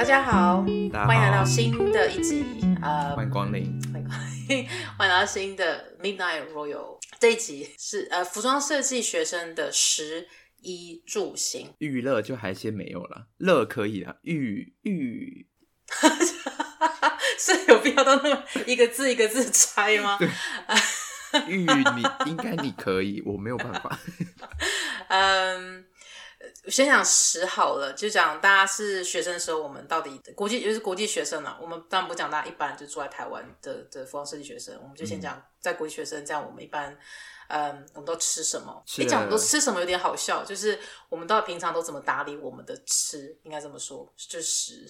家好， 大家好欢迎来到新的一集， 欢迎光临。 欢迎来到新的 Midnight Royal。这一集是服装设计学生的食衣住行。 娱乐就还先没有了，乐可以啦， 是有必要到那么一个字一个字拆吗？ 对，你应该你可以，我没有办法。 先讲食好了，就讲大家是学生的时候，我们到底国际学生啊，我们当然不讲大家一般就住在台湾的服装设计学生，我们就先讲在国际学生，这样我们一般我们都吃什么？讲我们都吃什么有点好笑，就是我们到底平常都怎么打理我们的吃，应该这么说，就是食。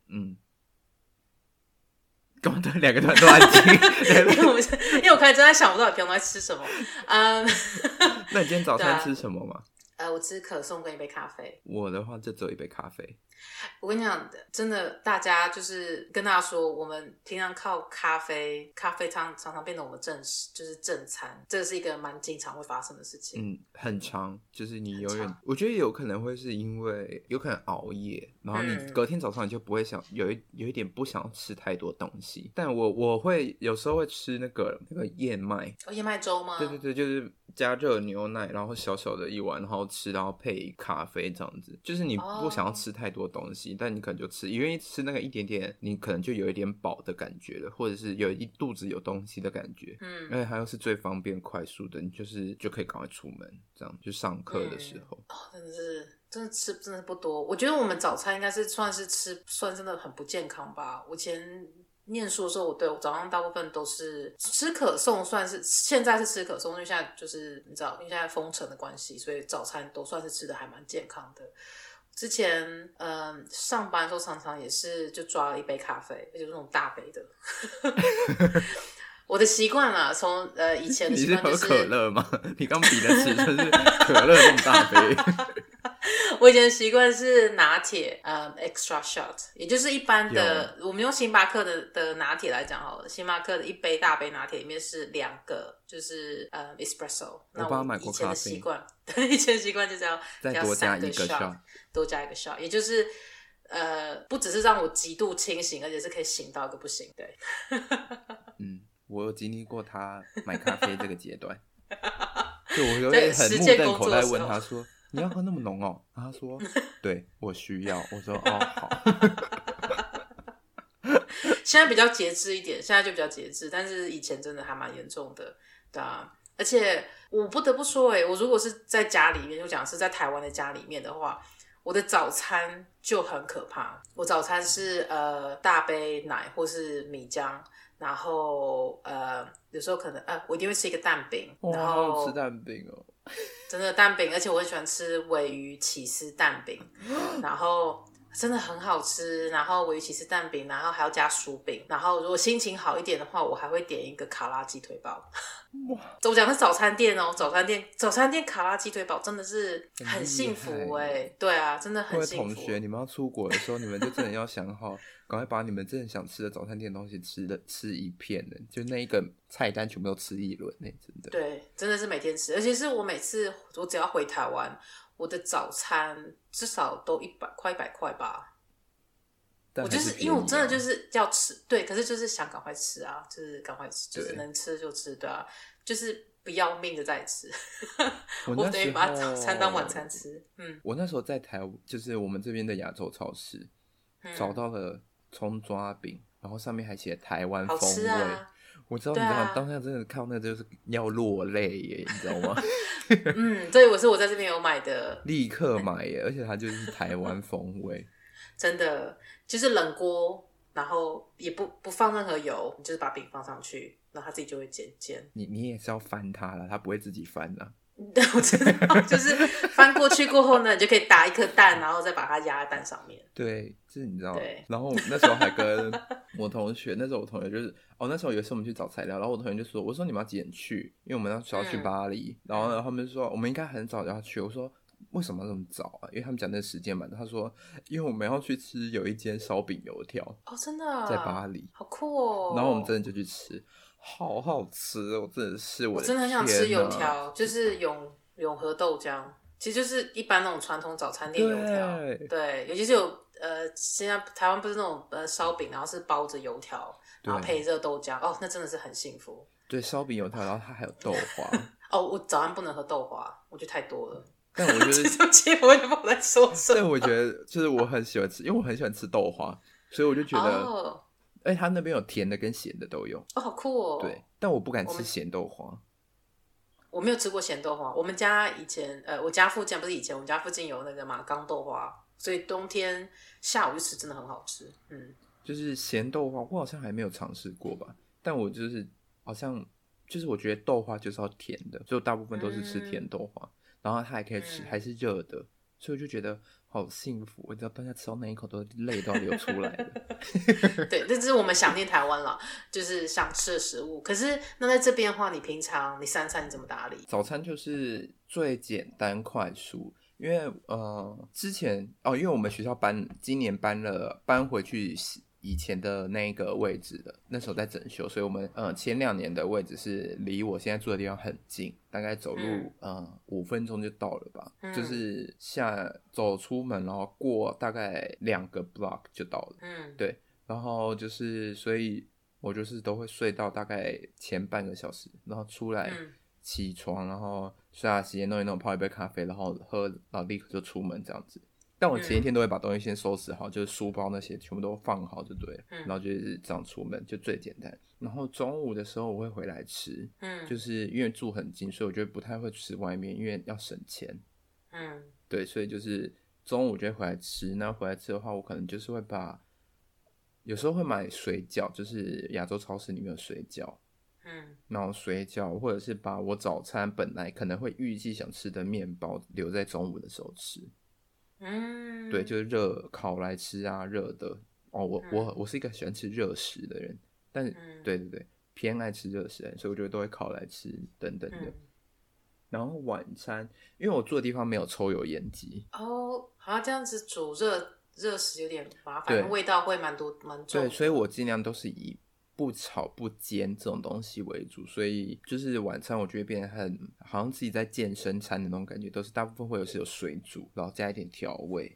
干嘛两个都安静？ 因为我开始正在想我到底平常都在吃什么。 那你今天早餐吃什么吗？ 我吃可颂跟一杯咖啡。 我的话就只有一杯咖啡。 我跟你讲，真的，大家就是跟大家说，我们平常靠咖啡常常变成我们就是正餐，这是一个蛮经常会发生的事情。 很长，就是你永远，我觉得有可能会是因为有可能熬夜，然后你隔天早上你就不会想有一点不想吃太多东西。但我会有时候会吃那个燕麦。 燕麦粥吗？ 对，就是加热牛奶，然后小小的一碗，然后吃，然后配咖啡这样子。就是你不想要吃太多东西，但你可能就吃，因为吃那个一点点，你可能就有一点饱的感觉了，或者是有一肚子有东西的感觉。而且它又是最方便快速的，你就可以赶快出门，这样就上课的时候。 真的吃真的不多。我觉得我们早餐应该是算真的很不健康吧。我以前念书的时候，我早上大部分都是吃可颂，现在是吃可颂，因为现在就是你知道，因为现在封城的关系，所以早餐都算是吃的还蛮健康的。之前上班的时候常常也是就抓了一杯咖啡，而且是那种大杯的。我的习惯啦，从以前的习惯就是。 你是喝可乐吗？你刚比的尺寸是可乐这么大杯。 我以前的习惯是拿铁extra shot， 也就是一般的，我们用星巴克的拿铁来讲好了，星巴克的一杯大杯拿铁里面是2个，就是espresso。 我帮他买过咖啡。 以前的习惯就是要再多加一个 shot， 多加一个 shot， 也就是不只是让我极度清醒，而且是可以醒到一个不行。对。 我有经历过他买咖啡这个阶段。就我有点很目瞪口呆问他说：“你要喝那么浓哦？”然后他说：“对，我需要。”我说：“哦，好。” 现在比较节制一点，现在就比较节制，但是以前真的还蛮严重的，对啊。而且我不得不说，我如果是在家里面，就讲是在台湾的家里面的话，我的早餐就很可怕。我早餐是大杯奶或是米浆。然后有时候可能我一定会吃一个蛋饼。然后好吃蛋饼哦， 真的蛋饼，而且我很喜欢吃鲔鱼起司蛋饼，然后真的很好吃。然后鲔鱼起司蛋饼，然后还要加薯饼。然后如果心情好一点的话，我还会点一个卡拉鸡腿堡。我讲的是早餐店哦，早餐店卡拉鸡腿堡真的是很幸福对啊，真的很幸福。 各位同学，你们要出国的时候，你们就真的要想好，赶快把你们真的想吃的早餐店的东西吃一片的，就那一个菜单全部都吃一轮真的。 对，真的是每天吃，而且是我每次我只要回台湾，我的早餐至少都100块吧。我就是因为我真的就是要吃，对，可是就是想赶快吃啊，就是赶快吃，就是能吃就吃，对啊，就是不要命的在吃。我等于把早餐当晚餐吃。 我那时候在就是我们这边的亚洲超市，找到了葱抓饼，然后上面还写台湾风味。 好吃啊！ 我知道，你知道，当下真的看到那个就是要落泪耶，你知道吗？ 对，我在这边有买的， 立刻买耶，而且它就是台湾风味。 真的就是冷锅，然后也不放任何油，你就是把饼放上去，然后它自己就会煎。 你也是要翻它啦，它不会自己翻啦。 对，我知道，就是翻过去过后呢，你就可以打一颗蛋，然后再把它压在蛋上面。 对，就是你知道。 对。 然后那时候还跟我同学，那时候我同学就是那时候有一次我们去找材料，然后我同学就说：“我说你们要几点去？因为我们要去巴黎。然后呢，他们就说我们应该很早就要去。我说。为什么要这么早啊？因为他们讲那时间嘛，他说因为我们要去吃有一间烧饼油条真的在巴黎， 好酷哦。 然后我们真的就去吃，好吃，我真的是我真的很想吃油条，就是永和豆浆， 其实就是一般那种传统早餐店油条，对，尤其是有现在台湾不是那种烧饼，然后是包着油条，然后配热豆浆，哦，那真的是很幸福。 对，烧饼油条，然后它还有豆花。 哦，我早上不能喝豆花，我觉得太多了。 但我觉得， 对不起，我也不知道在说什么。 但我觉得就是我很喜欢吃，因为我很喜欢吃豆花，所以我就觉得，他那边有甜的跟咸的都有。 哦，好酷哦。 对，但我不敢吃咸豆花。 我没有吃过咸豆花。我们家以前，我家附近不是以前，我们家附近有那个马冈豆花，所以冬天下午就吃，真的很好吃。 就是咸豆花，我好像还没有尝试过吧。但我就是好像就是我觉得豆花就是要甜的，所以我大部分都是吃甜豆花。然后它还可以吃，还是热的，所以我就觉得好幸福。我知道大家吃到那一口都泪都要流出来了。 对，这是我们想念台湾了，就是想吃的食物。可是那在这边的话，你平常你三餐你怎么打理？ 早餐就是最简单快速，因为之前因为我们学校今年搬回去以前的那个位置的，那时候在整修，所以我们前2年的位置是离我现在住的地方很近，大概走路5分钟就到了吧。就是走出门，然后过大概2个 block 就到了。对，然后就是所以我就是都会睡到大概前半个小时，然后出来起床，然后刷牙洗脸弄一弄，泡一杯咖啡，然后喝，然后立刻就出门这样子。但我前一天都会把东西先收拾好，就是书包那些全部都放好就对了，然后就是这样出门，就最简单。然后中午的时候我会回来吃，就是因为住很近，所以我觉得不太会吃外面，因为要省钱。对，所以就是中午就会回来吃。那回来吃的话，我可能就是会有时候会买水饺，就是亚洲超市里面有水饺。然后水饺，或者是把我早餐本来可能会预计想吃的面包留在中午的时候吃。对，就是烤来吃啊，热的。我是一个喜欢吃热食的人，但是对，偏爱吃热食的人，所以我觉得都会烤来吃等等的。然后晚餐，因为我住的地方没有抽油烟机。 好像这样子煮热食有点麻烦，味道会蛮重的。 对，所以我尽量都是以不炒不煎这种东西为主，所以就是晚餐我觉得变得好像自己在健身餐的那种感觉，都是大部分会有水煮，然后加一点调味。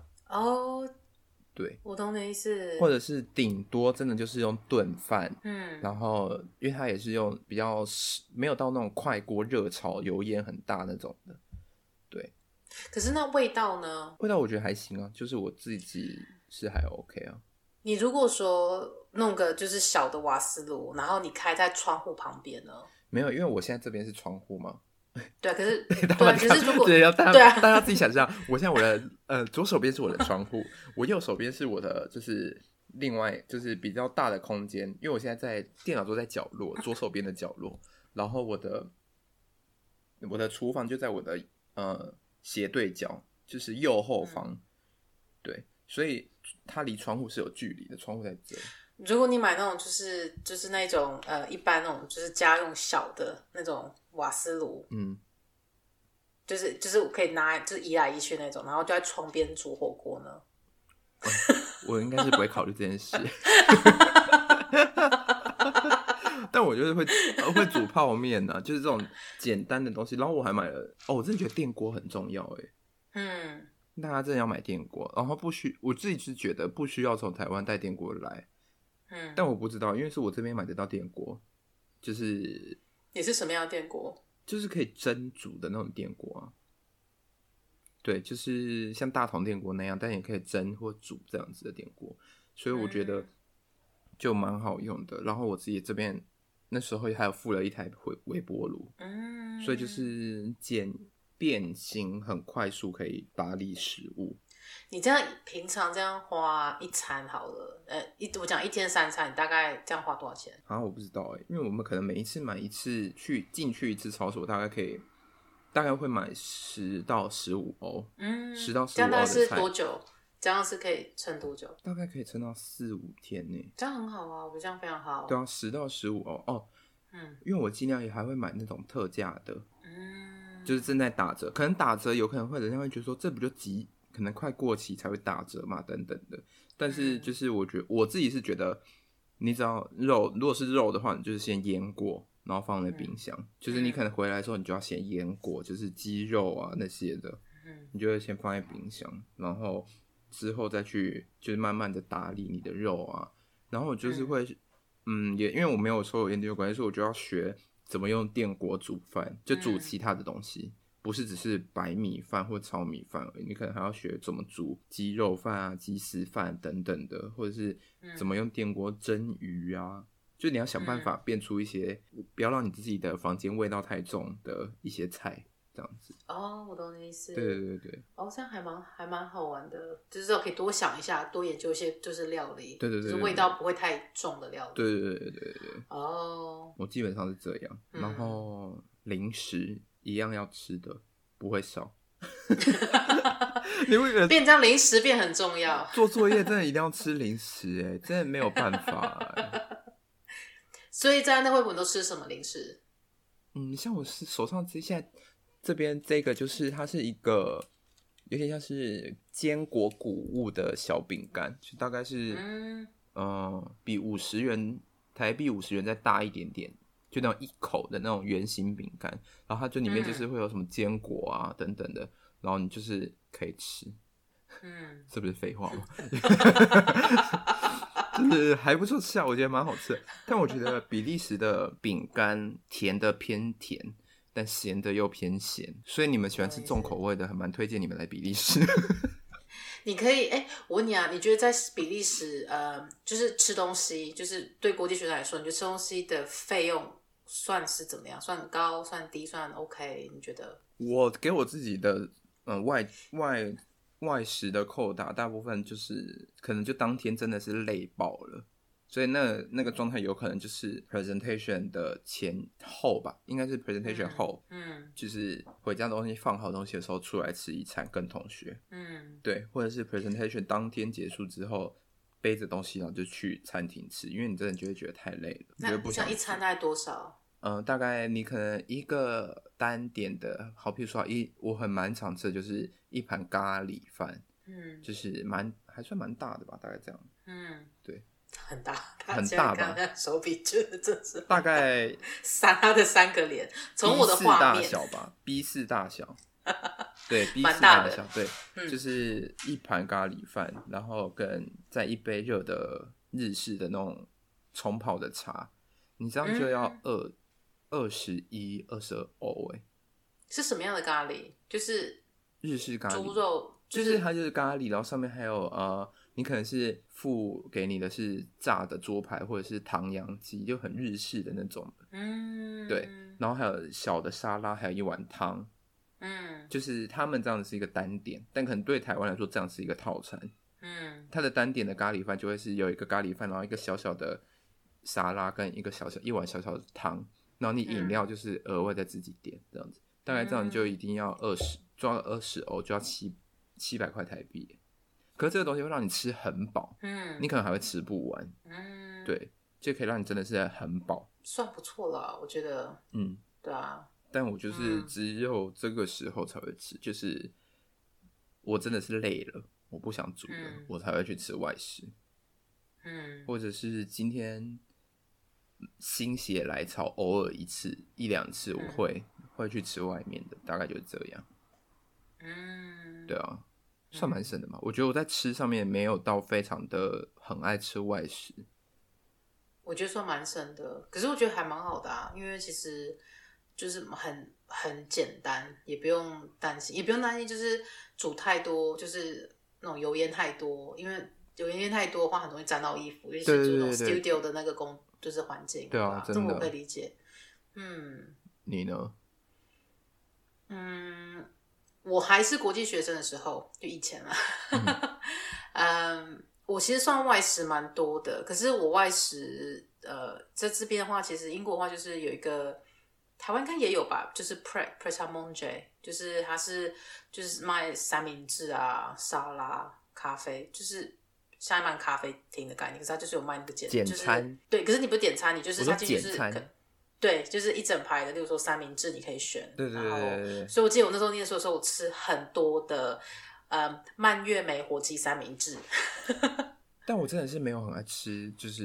对， 我懂你的意思。 或者是顶多真的就是用炖饭，然后因为它也是用比较没有到那种快锅热炒油烟很大那种的。对， 可是那味道呢？ 味道我觉得还行啊，就是我自己是还 OK 啊。 你如果说弄个就是小的瓦斯炉，然后你开在窗户旁边呢？ 没有，因为我现在这边是窗户嘛。 对，可是如果对，大家自己想象，我现在我的左手边是我的窗户，我右手边是我的就是另外就是比较大的空间，因为我现在在电脑桌在角落左手边的角落，然后我的厨房就在我的斜对角，就是右后方。对，所以它离窗户是有距离的，窗户在这。 如果你买那种就是那种一般那种就是家用小的那种瓦斯炉，就是可以拿就是移来移去那种，然后就在窗边煮火锅呢。 我应该是不会考虑这件事。但我就是会煮泡面啊，就是这种简单的东西。然后我还买了我真的觉得电锅很重要大家真的要买电锅，然后我自己是觉得不需要从台湾带电锅来。但我不知道，因为是我这边买得到电锅，就是也是什么样的电锅？ 就是可以蒸煮的那种电锅啊。对，就是像大同电锅那样，但也可以蒸或煮这样子的电锅，所以我觉得就蛮好用的。然后我自己这边那时候还有附了一台微波炉，所以就是变形很快速，可以打理食物。 你这样平常这样花一餐好了，我讲1天3餐，你大概这样花多少钱？ 我不知道因为我们可能每一次买一次进去一次超市，我大概会买10到15欧，10到15欧的菜。 这样大概是多久？这样是可以撑多久？ 大概可以撑到4-5天呢。 这样很好啊，我觉得这样非常好。 对啊，10到15欧因为我尽量也还会买那种特价的，就是正在打折，可能打折有可能人家会觉得说这不就可能快过期才会打折嘛，等等的。但是就是我自己是觉得，你只要如果是肉的话，你就是先腌过， 然后放在冰箱，就是你可能回来的时候，你就要先腌过，就是鸡肉啊那些的，你就会先放在冰箱，然后之后再去就是慢慢的打理你的肉啊，然后我就是会，也因为我没有说有研究关系，所以我就要学怎么用电锅煮饭，就煮其他的东西，不是只是白米饭或炒米饭而已，你可能还要学怎么煮鸡肉饭啊、鸡丝饭等等的，或者是怎么用电锅蒸鱼啊。就你要想办法变出一些，不要让你自己的房间味道太重的一些菜，这样子。 哦，我懂你意思。 对。 哦，这样还蛮好玩的，就是可以多想一下，多研究一些就是料理， 对， 就是味道不会太重的料理。 对。 哦， 我基本上是这样，然后零食一样要吃的，不会少。你会变这样零食变很重要。 做作业真的一定要吃零食真的没有办法所以在那绘本都吃什么零食？ 像我是手上现在这边这个就是它是一个有点像是坚果谷物的小饼干，就大概是比50元台币50元再大一点点，就那种一口的那种圆形饼干，然后它就里面就是会有什么坚果啊等等的，然后你就是可以吃，这不是废话吗？就是还不错吃啊，我觉得蛮好吃的。但我觉得比利时的饼干甜的偏甜，但咸的又偏咸，所以你们喜欢吃重口味的，还蛮推荐你们来比利时。 你可以，我问你啊，你觉得在比利时，就是吃东西，就是对国际学生来说，你觉得吃东西的费用算是怎么样？算高、算低、算 OK？你觉得？ 我给我自己的外食的扣打，大部分就是可能就当天真的是累爆了，所以那个状态有可能就是 presentation 的前后吧，应该是 presentation 后，就是回家东西放好东西的时候出来吃一餐跟同学，对，或者是 presentation 当天结束之后背着东西然后就去餐厅吃，因为你真的就会觉得太累了，你就不想吃。 那一餐大概多少？ 大概你可能一个单点的，好，譬如说我蛮常吃的就是一盘咖喱饭，就是还算蛮大的吧，大概这样，对， 很大， 很大吧？ 他手比觉得真是大概他的3个脸，从我的画面 B4 大小吧，B4 大小，对，B4 大小，对，就是一盘咖喱饭，然后跟再一杯热的日式的那种冲泡的茶，你这样就要21、22欧是什么样的咖喱？就是日式咖喱， 猪肉， 就是它就是咖喱，然后上面还有你可能是付给你的是炸的桌排或者是唐扬鸡，就很日式的那种，对，然后还有小的沙拉，还有一碗汤，就是他们这样子是一个单点，但可能对台湾来说这样是一个套餐，它的单点的咖喱饭就会是有一个咖喱饭，然后一个小小的沙拉跟一碗小小的汤。然后你饮料就是额外再自己点这样子，大概这样就一定要抓到20欧就要700块台币，可是这个东西会让你吃很饱，你可能还会吃不完，对，就可以让你真的是很饱， 算不错了，我觉得，对啊， 但我就是只有这个时候才会吃，就是我真的是累了，我不想煮了，我才会去吃外食，或者是今天心血来潮，偶尔一两次我会去吃外面的，大概就是这样。对啊，算蛮省的嘛。我觉得我在吃上面没有到非常的很爱吃外食。 我觉得算蛮省的，可是我觉得还蛮好的啊，因为其实就是很简单，也不用担心，就是煮太多，就是那种油烟太多，因为油烟太多的话，很容易沾到衣服，尤其是煮那种 studio 的那个就是环境， 对啊，真的， 这我可以理解。 你呢？ 我还是国际学生的时候，就以前啦，我其实算外食蛮多的，可是我外食，在这边的话，其实英国的话就是有一个，台湾应该也有吧，就是 Pret a Manger， 就是它就是卖三明治啊、沙拉、咖啡，就是像卖咖啡厅的概念，可是它就是有卖那个简餐， 就是，对，可是你不是点餐，你就是它进去就是对，就是一整排的，例如说三明治你可以选， 对，然后， 所以我记得我那时候念书的时候，我吃很多的蔓越莓火鸡三明治。 但我真的是没有很爱吃，就是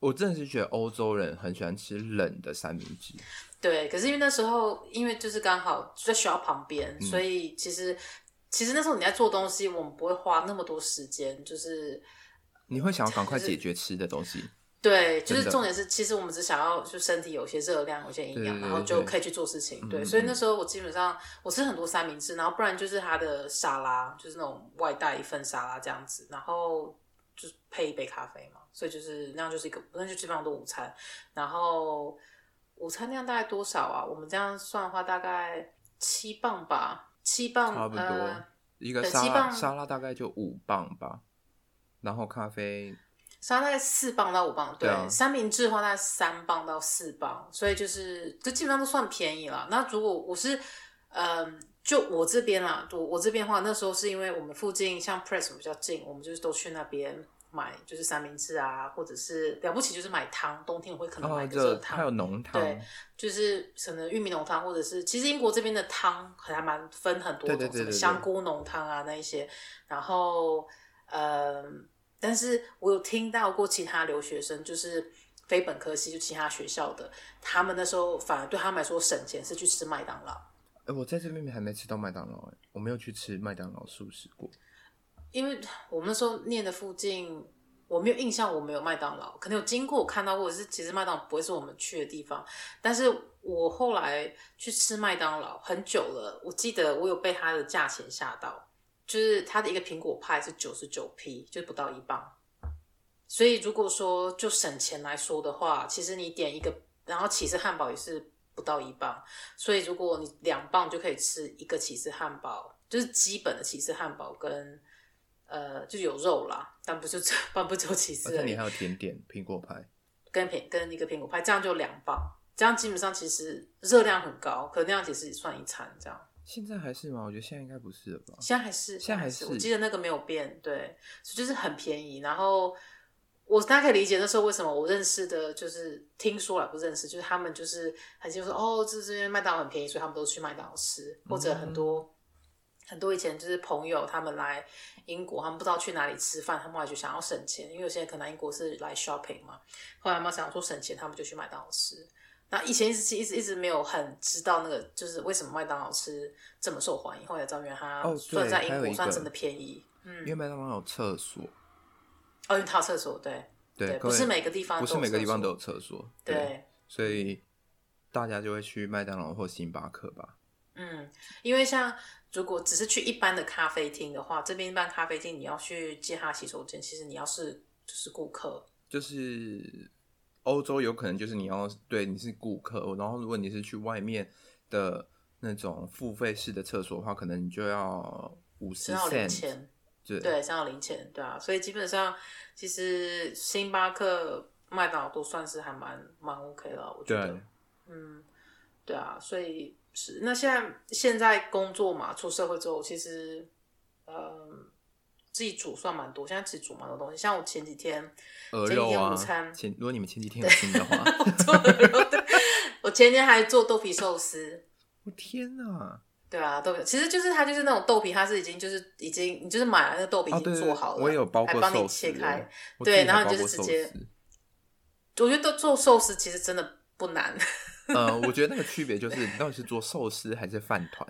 我真的是觉得欧洲人很喜欢吃冷的三明治。 对，可是因为那时候因为就是刚好就在学校旁边，所以其实那时候你在做东西，我们不会花那么多时间，就是你会想要赶快解决吃的东西。 对，就是重点是，其实我们只想要就身体有些热量、有些营养，然后就可以去做事情。对，所以那时候我基本上我吃很多三明治，然后不然就是它的沙拉，就是那种外带一份沙拉这样子，然后就是配一杯咖啡嘛，所以就是那样就是那就基本上都午餐。然后午餐量大概多少啊？我们这样算的话，大概7磅吧，7磅差不多。一个沙拉大概就5磅吧，然后咖啡。 沙拉大概4磅到5磅，对， 啊、 三明治的话大概3磅到4磅，所以就基本上都算便宜了。那如果我是，就我这边啦，我这边的话，那时候是因为我们附近像 Press 比较近，我们就是都去那边买，就是三明治啊，或者是了不起就是买汤，冬天会可能买个热汤， 还有浓汤， 对，就是可能玉米浓汤，或者是其实英国这边的汤还蛮分很多种，什么香菇浓汤啊那一些，然后但是我有听到过其他留学生，就是非本科系，就其他学校的，他们那时候反而对他们来说省钱是去吃麦当劳。 我在这边还没吃到麦当劳，我没有去吃麦当劳素食过。 因为我们那时候念的附近，我没有印象我没有麦当劳，可能有经过我看到过，是其实麦当劳不会是我们去的地方。但是我后来去吃麦当劳很久了，我记得我有被它的价钱吓到。就是它的一个苹果派是99p，就不到1磅。所以如果说就省钱来说的话，其实你点一个，然后起司汉堡也是不到1磅。所以如果你2磅就可以吃一个起司汉堡，就是基本的起司汉堡跟就有肉啦，但不是只有起司而已。 而且你还有甜点苹果派， 跟一个苹果派，这样就2磅。这样基本上其实热量很高，可那样其实也算一餐这样。 现在还是吗？我觉得现在应该不是了吧。 现在还是，我记得那个没有变，对，就是很便宜。然后我大概可以理解那时候为什么我认识的，就是听说了不认识，就是他们就是很就说哦，这边麦当劳很便宜，所以他们都去麦当劳吃，或者很多以前就是朋友他们来英国，他们不知道去哪里吃饭，他们后来就想要省钱，因为有些人可能英国是来 shopping 嘛，后来他们想要说省钱，他们就去麦当劳吃。那以前一直没有很知道那个就是为什么麦当劳吃这么受欢迎，后来知道原来它算在英国算真的便宜。 因为麦当劳有厕所。 因为它有厕所，对，不是每个地方都有厕所， 对， 所以大家就会去麦当劳或星巴克吧。 因为像如果只是去一般的咖啡厅的话，这边一般咖啡厅你要去借他洗手间，其实你要是就是顾客， 就是欧洲有可能就是你是顾客，然后如果你是去外面的那种付费式的厕所的话，可能你就要50 cent， 对，3到0钱，对啊，所以基本上其实星巴克、麦当劳都算是还蛮 OK 了，我觉得，对啊，所以是那现在工作嘛，出社会之后，其实自己煮算蛮多，现在自己煮蛮多东西，像我前几天鹅肉啊， 午餐， 如果你们前几天有听的话， 我做鹅肉，我前天还做豆皮寿司， 我天哪！ 对啊，豆皮其实它就是那种豆皮，它是已经你就是买了那个豆皮已经做好了， 我也有包过寿司， 还帮你切开，对，然后你就是直接，我觉得做寿司其实真的不难。 我觉得那个区别就是你到底是做寿司还是饭团，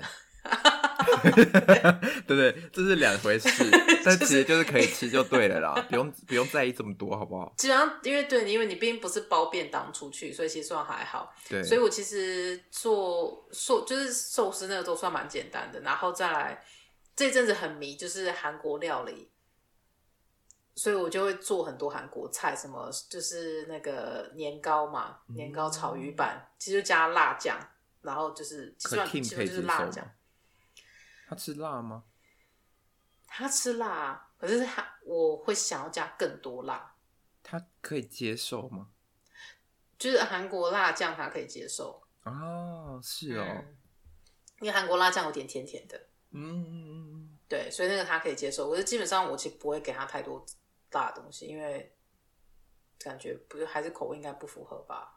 对不对？这是两回事，但其实就是可以吃就对了啦，不用在意这么多，好不好？ 基本上因为你毕竟不是包便当出去，所以其实算还好。 对， 所以我其实就是寿司那个都算蛮简单的，然后再来这阵子很迷就是韩国料理。所以我就会做很多韩国菜，什么就是那个年糕嘛，年糕炒鱼板，其实就加辣酱，然后就是基本上就是辣酱。 他吃辣吗？ 他吃辣，可是我会想要加更多辣。 他可以接受吗？ 就是韩国辣酱他可以接受。 是哦， 因为韩国辣酱有点甜甜的。对，所以那个他可以接受。可是基本上我其实不会给他太多辣的东西，因为感觉不是还是口味应该不符合吧。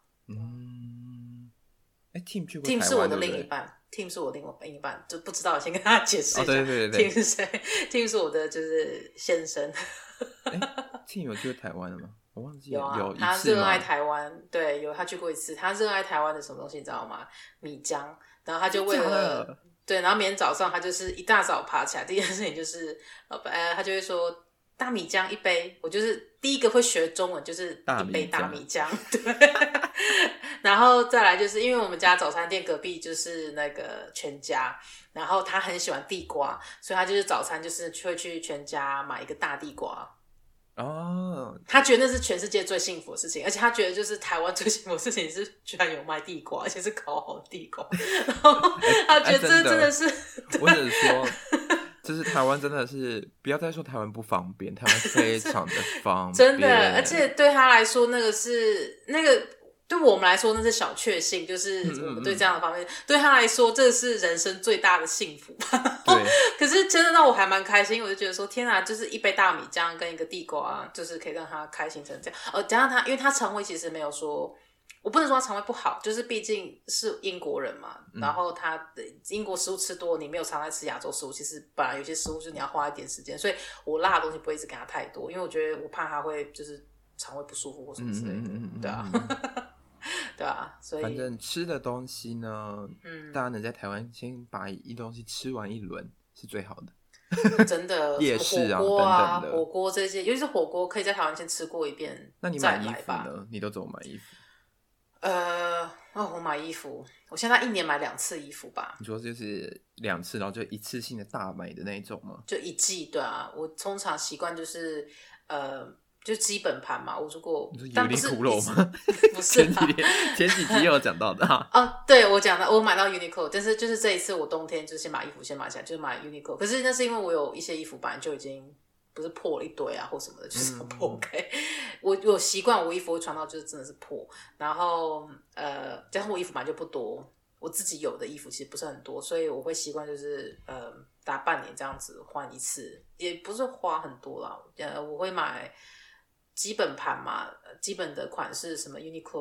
Tim 去过台湾 Tim 是我的另一半 ，Tim 是我另一半，就不知道，先跟他解释一下。 对 ，Tim 是谁？Tim 是我的就是先生。 Tim 有去过台湾了吗？ 我忘记有啊， 有一他次吗？ 热爱台湾，对，有他去过一次。他热爱台湾的什么东西，你知道吗？米浆。然后他就为真的假了的对，然后每天早上他就是一大早爬起来，第一件事情就是他就会说大米浆一杯。我就是第一个会学中文，就是一杯大米浆，对。然后再来就是因为我们家早餐店隔壁就是那个全家，然后他很喜欢地瓜，所以他就是早餐就是会去全家买一个大地瓜。 哦， 他觉得那是全世界最幸福的事情，而且他觉得就是台湾最幸福的事情是居然有卖地瓜，而且是烤好的地瓜。然后他觉得这真的是， 我只能说，就是台湾真的是不要再说台湾不方便，台湾非常的方便， 真的，而且对他来说，那个对我们来说那是小确幸，就是我们对这样的方面，对他来说这是人生最大的幸福。 对， 可是真的让我还蛮开心，我就觉得说天啊，就是一杯大米浆跟一个地瓜，就是可以让他开心成这样。加上他，因为他肠胃其实没有说，我不能说他肠胃不好，就是毕竟是英国人嘛，然后他的英国食物吃多，你没有常在吃亚洲食物，其实本来有些食物就是你要花一点时间，所以我辣的东西不会一直给他太多，因为我觉得我怕他会就是肠胃不舒服或什么之类的，对啊。对啊，所以反正吃的东西呢，大家能在台湾先把一东西吃完一轮是最好的。 真的夜市啊火锅啊， 等等的火锅这些，尤其是火锅，可以在台湾先吃过一遍， 那你买衣服呢？你都怎么买衣服？ 我买衣服，我现在一年买2次衣服吧。 你说就是2次，然后就一次性的大买的那一种吗？ 就一季，对啊，我通常习惯就是就基本盘嘛。我如果但不是吗？ 不是前几集有讲到的对，我讲的，我买到 Uniqlo， 但是就是这一次我冬天就先把衣服先买起来，就是买 Uniqlo。可是那是因为我有一些衣服本来就已经不是破了一堆啊或什么的，就是破开。我有习惯我衣服会穿到就是真的是破，然后加上我衣服本来就不多，我自己有的衣服其实不是很多，所以我会习惯就是打半年这样子换一次，也不是花很多啦。我会买基本盘嘛，基本的款式什么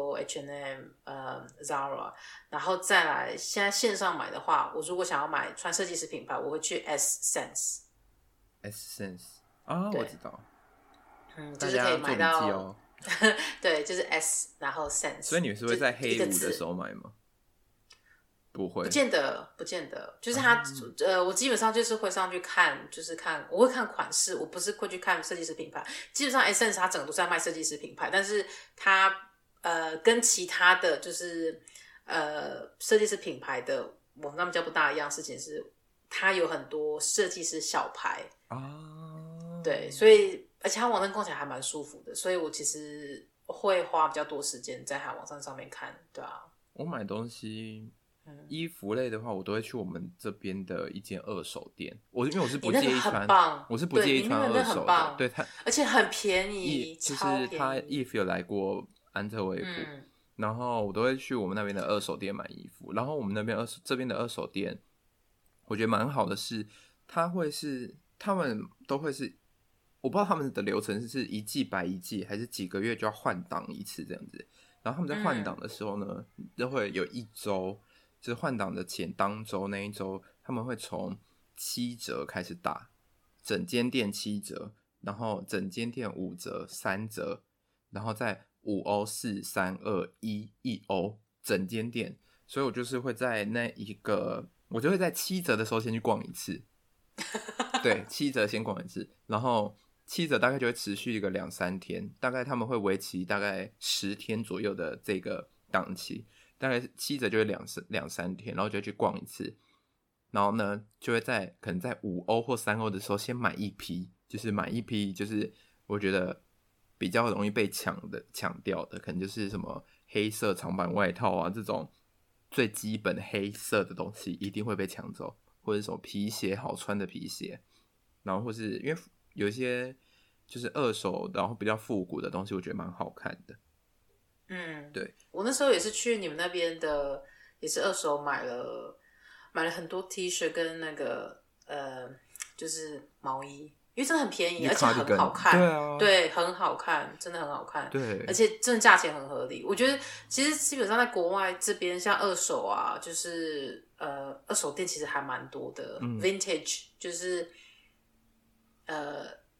Uniqlo、H&M、Zara， 然后再来现在线上买的话，我如果想要买穿设计师品牌，我会去 Sense 啊，我知道， 就是可以买到哦。 对，就是 S 然后 Sense。 所以你是会在黑五的时候买吗？不会， 不见得，就是他我基本上就是会上去看，就是我会看款式，我不是会去看设计师品牌。基本上 Essence 它整个都是在卖设计师品牌，但是它跟其他的就是设计师品牌的我们他们家不大一样，事情是它有很多设计师小牌对，所以而且它网站逛起来还蛮舒服的，所以我其实会花比较多时间在它网站上面看，对啊。 我买东西。衣服类的话，我都会去我们这边的一间二手店。因为我是不介意穿，我是不介意穿二手的，对它， 而且很便宜， 就是他Eve有来过安特卫普，然后我都会去我们那边的二手店买衣服。然后我们那边这边的二手店，我觉得蛮好的是，他们都会是，我不知道他们的流程是一季摆一季，还是几个月就要换档一次这样子。然后他们在换档的时候呢，就会有一周。就是换档的前当周那一周，他们会从7折开始打，整间店7折，然后整间店5折、3折，然后再5欧、4、3、2、1欧，整间店。所以我就是会在我就会在7折的时候先去逛一次，对，7折先逛一次，然后7折大概就会持续一个2-3天，大概他们会为期大概10天左右的这个档期。大概7折就会2-3天，然后就会去逛一次，然后呢就会可能在5欧或3欧的时候先买一批，就是我觉得比较容易被抢掉的，可能就是什么黑色长版外套啊，这种最基本黑色的东西一定会被抢走，或者什么皮鞋，好穿的皮鞋，然后或是因为有一些就是二手然后比较复古的东西，我觉得蛮好看的。对， 我那时候也是去你们那边的，也是二手买了很多 T 恤跟那个就是毛衣，因为真的很便宜，而且很好看，对，很好看，真的很好看， 对， 而且真的价钱很合理。我觉得其实基本上在国外这边，像二手啊，就是二手店其实还蛮多的，vintage 就是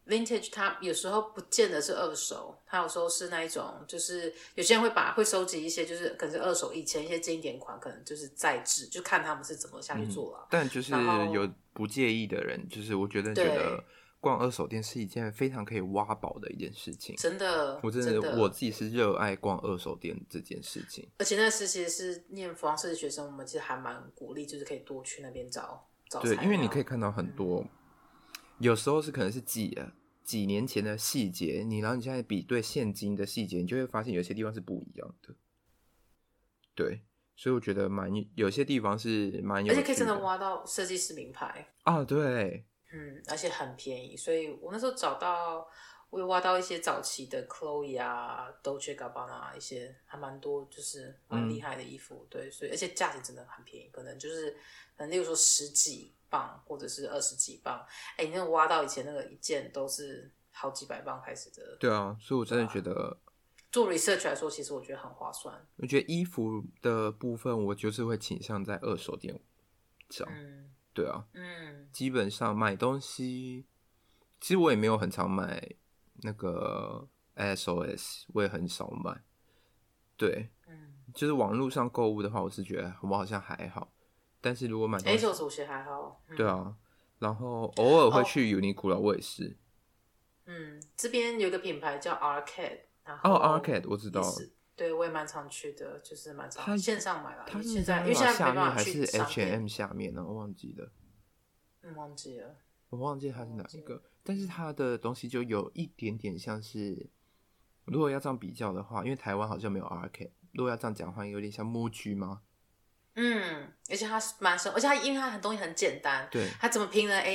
vintage 它有时候不见得是二手，它有时候是那一种，就是有些人会收集一些，就是可能是二手以前一些经典款，可能就是再制，就看他们是怎么下去做了。 但就是有不介意的人，就是我觉得逛二手店是一件非常可以挖宝的一件事情。 真的， 我真的我自己是热爱逛二手店这件事情。 而且那时其实是念服装设计学生，我们其实还蛮鼓励，就是可以多去那边找材料。 对，因为你可以看到很多。有时候是可能是几年前的细节，然后你现在比对现今的细节，你就会发现有些地方是不一样的。对，所以我觉得有些地方是蛮有趣的， 而且可以真的挖到设计师名牌啊，对， 而且很便宜，所以我那时候我有挖到一些早期的 Chloe 啊 Dolce Gabbana 一些还蛮多，就是蛮厉害的衣服，对，所以而且价钱真的很便宜，可能例如说10几磅或者是20几磅，你那个挖到以前那个一件都是好几百磅开始的。 对啊，所以我真的觉得做 research 来说，其实我觉得很划算。 我觉得衣服的部分，我就是会倾向在二手店找。对啊，基本上买东西，其实我也没有很常买那个 SOS， 我也很少买。对，就是网络上购物的话，我是觉得我好像还好。但是如果买东西 ，ASOS 我觉得还好。 对啊，然后偶尔会去 Uniqlo，我也是。 这边有一个品牌叫 Arcade， 然后 Arcade 我知道。 对，我也蛮常去的，就是蛮常线上买啦。 它是因为现在没办法还是去商店 H&M 下面呢？我忘记了。 忘记了。 我忘记它是哪一个，但是它的东西就有一点点像是，如果要这样比较的话，因为台湾好像没有 Arcade， 如果要这样讲的话，有点像 MUJI 吗？ 而且它蛮深，而且因为它东西很简单， 对， 它怎么拼呢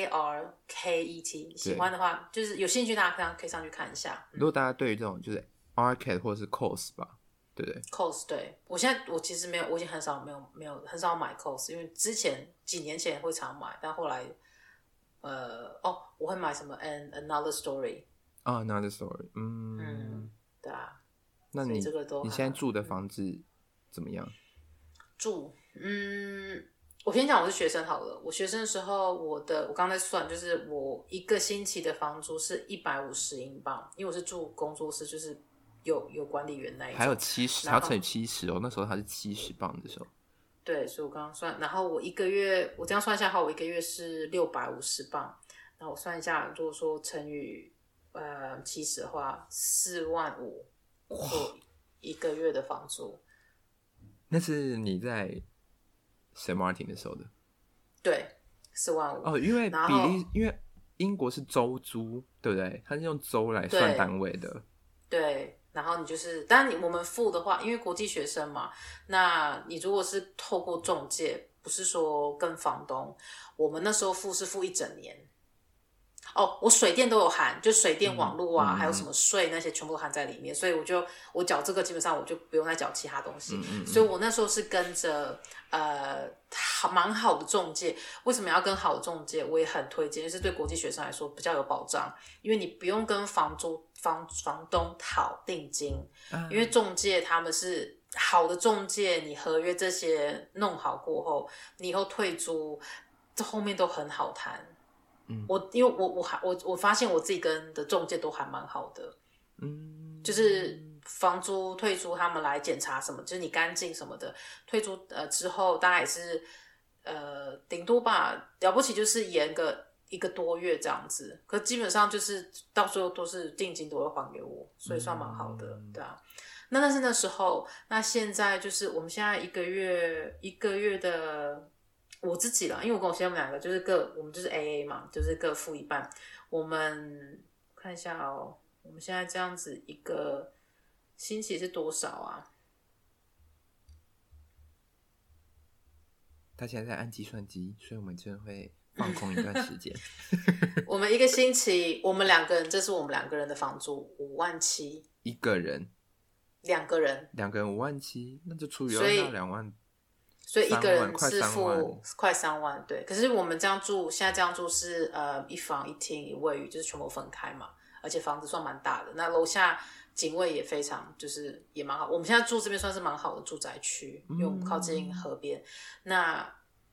？ARKET， 喜欢的话就是有兴趣，大家可以上去看一下。 如果大家对于这种就是 Arcade 或者是 COS 吧，对不对 ？COS 对，我其实没有，我已经很少很少买 COS， 因为之前几年前会常买，但后来我会买什么 Another Story 啊 ，Another Story， 对啊。 那你这个都你现在住的房子怎么样？ 我先讲我是学生好了。我学生的时候，我刚才算，就是我一个星期的房租是150英镑，因为我是住工作室，就是有管理员那一种。 还有70，还要乘以70哦。那时候它是70磅的时候。 对，所以我刚刚算，然后我一个月，我这样算下来，我一个月是650磅。然后我算一下，如果说乘以70的话，4万5，一个月的房租。 那是你在 Saint Martin 的时候的。 对，4万5。 因为因为英国是周租，对不对？它是用周来算单位的。 对，然后你就是，当然我们付的话，因为国际学生嘛，那你如果是透过中介，不是说跟房东，我们那时候付一整年。我水电都有含，就水电网络啊，还有什么税那些全部都含在里面，所以我缴这个基本上我就不用再缴其他东西，所以我那时候是跟着蛮好的中介。为什么要跟好的中介？我也很推荐，就是对国际学生来说比较有保障，因为你不用跟房东讨定金，因为中介他们是好的中介，你合约这些弄好过后，你以后退租这后面都很好谈。因为我发现我自己跟的中介都还蛮好的，就是房租退租他们来检查什么，就是你干净什么的，退租之后大概也是顶多吧，了不起就是延个1个多月这样子，可基本上就是到最后都是定金都会还给我，所以算蛮好的，对啊。但是那时候，那现在就是我们现在一个月的。我自己啦，因为我跟我先生两个就是我们就是 AA 嘛，就是各付一半。我们看一下我们现在这样子一个星期是多少啊？ 他现在在按计算机，所以我们真的会放空一段时间。 我们一个星期，我们2个人，这是我们2个人的房租57000， 一个人 ，2个人 57000，那就除以2万。 所以一个人是付快3万，对。可是我们这样住，现在这样住是一房一厅一卫浴，就是全部分开嘛，而且房子算蛮大的。那楼下警卫也非常，就是也蛮好。我们现在住这边算是蛮好的住宅区，因为我们靠近河边。那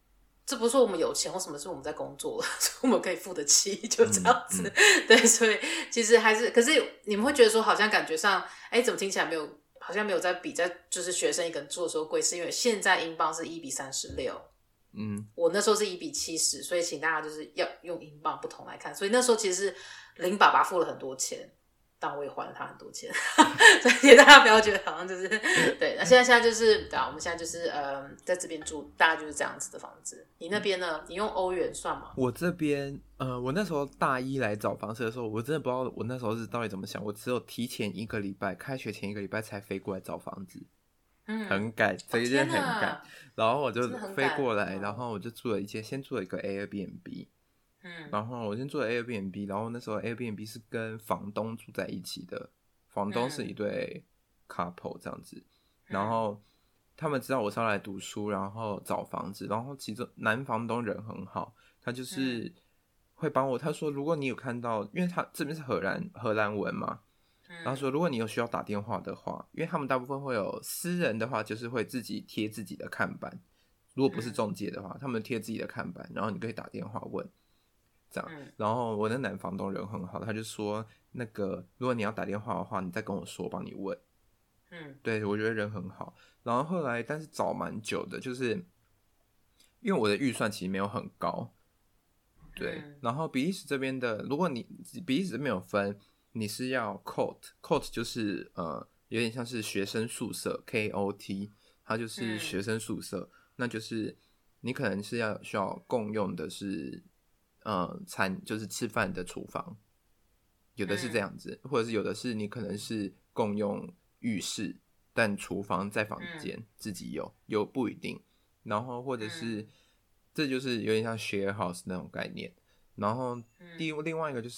这不是说我们有钱或什么，是我们在工作了，所以我们可以付得起，就这样子。对，所以其实还是，可是你们会觉得说，好像感觉上，怎么听起来没有，好像没有在比在就是学生一个人住的时候贵，是因为现在英镑是1:36。我那时候是1:70，所以请大家就是要用英镑不同来看，所以那时候其实是林爸爸付了很多钱。但我也还了他很多钱，所以大家不要觉得好像就是对。那现在就是对啊，我们现在就是在这边住，大概就是这样子的房子。你那边呢？你用欧元算吗？ 我这边我那时候大一来找房子的时候，我真的不知道我那时候是到底怎么想，我只有提前1个礼拜，开学前1个礼拜才飞过来找房子。很赶，这一件很赶，然后我就飞过来，然后我就先住了一个 Airbnb。然后我先住了 Airbnb， 然后那时候 Airbnb 是跟房东住在一起的，房东是一对 couple 这样子，然后他们知道我是要来读书，然后找房子，然后其中男房东人很好，他就是会帮我，他说如果你有看到，因为他这边是荷兰文嘛，然后说如果你有需要打电话的话，因为他们大部分会有私人的话，就是会自己贴自己的看板，如果不是中介的话，他们贴自己的看板，然后你可以打电话问。这样，然后我的男房东人很好，他就说那个如果你要打电话的话，你再跟我说，我帮你问。对，我觉得人很好。然后后来，但是找蛮久的，就是因为我的预算其实没有很高。对，然后比利时这边的，如果你比利时这边有分，你是要 coat 就是有点像是学生宿舍 KOT， 它就是学生宿舍，那就是你可能是需要共用的是。就是吃饭的厨房，有的是这样子，或者是有的是你可能是共用浴室，但厨房在房间自己有不一定，然后或者是这就是有点像 share house 那种概念，然后另外一个就是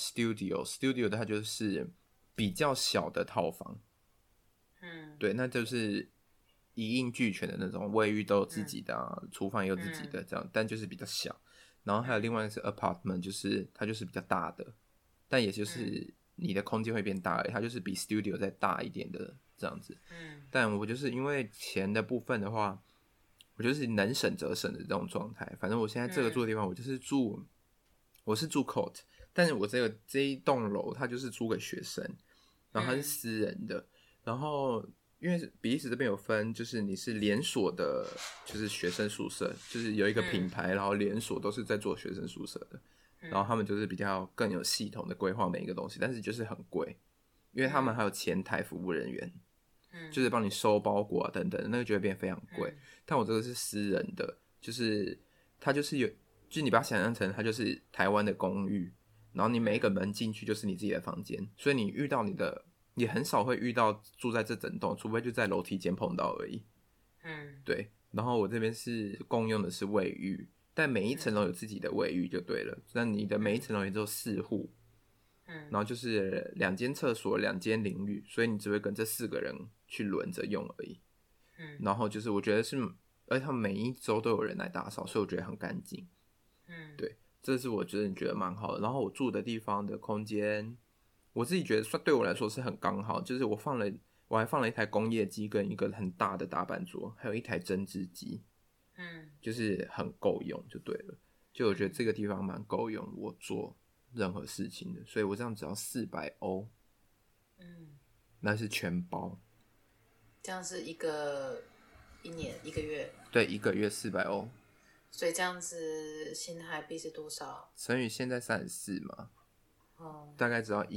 studio 它就是比较小的套房，对，那就是一应俱全的那种，卫浴都有自己的啊，厨房也有自己的这样，但就是比较小。然后还有另外一个是 apartment， 就是它就是比较大的，但也就是你的空间会变大而已，它就是比 studio 再大一点的这样子。但我就是因为钱的部分的话，我就是能省则省的这种状态。反正我现在这个住的地方，我是住 coat， 但是我这一栋楼它就是租给学生，然后它是私人的，然后。因为比利时这边有分，就是你是连锁的，就是学生宿舍，就是有一个品牌，然后连锁都是在做学生宿舍的，然后他们就是比较更有系统的规划每一个东西，但是就是很贵，因为他们还有前台服务人员，就是帮你收包裹啊等等，那个就会变非常贵。但我这个是私人的，就是它就是就是你把它想象成它就是台湾的公寓，然后你每一个门进去就是你自己的房间，所以你遇到也很少会遇到住在这整栋，除非就在楼梯间碰到而已。对。然后我这边是共用的是卫浴，但每一层楼有自己的卫浴就对了。那你的每一层楼也只有4户，然后就是2间厕所、2间淋浴，所以你只会跟这4个人去轮着用而已。然后就是我觉得是，而且他们每一周都有人来打扫，所以我觉得很干净。对，这是我觉得蛮好的。然后我住的地方的空间。我自己觉得对我来说是很刚好，就是我还放了一台工业机跟一个很大的大板桌，还有一台针织机，就是很够用就对了。就我觉得这个地方蛮够用我做任何事情的，所以我这样只要400欧，那是全包。 这样是一年1个月？ 对，1个月400欧。 所以这样子新台币是多少？ 乘以现在34嘛。大概只要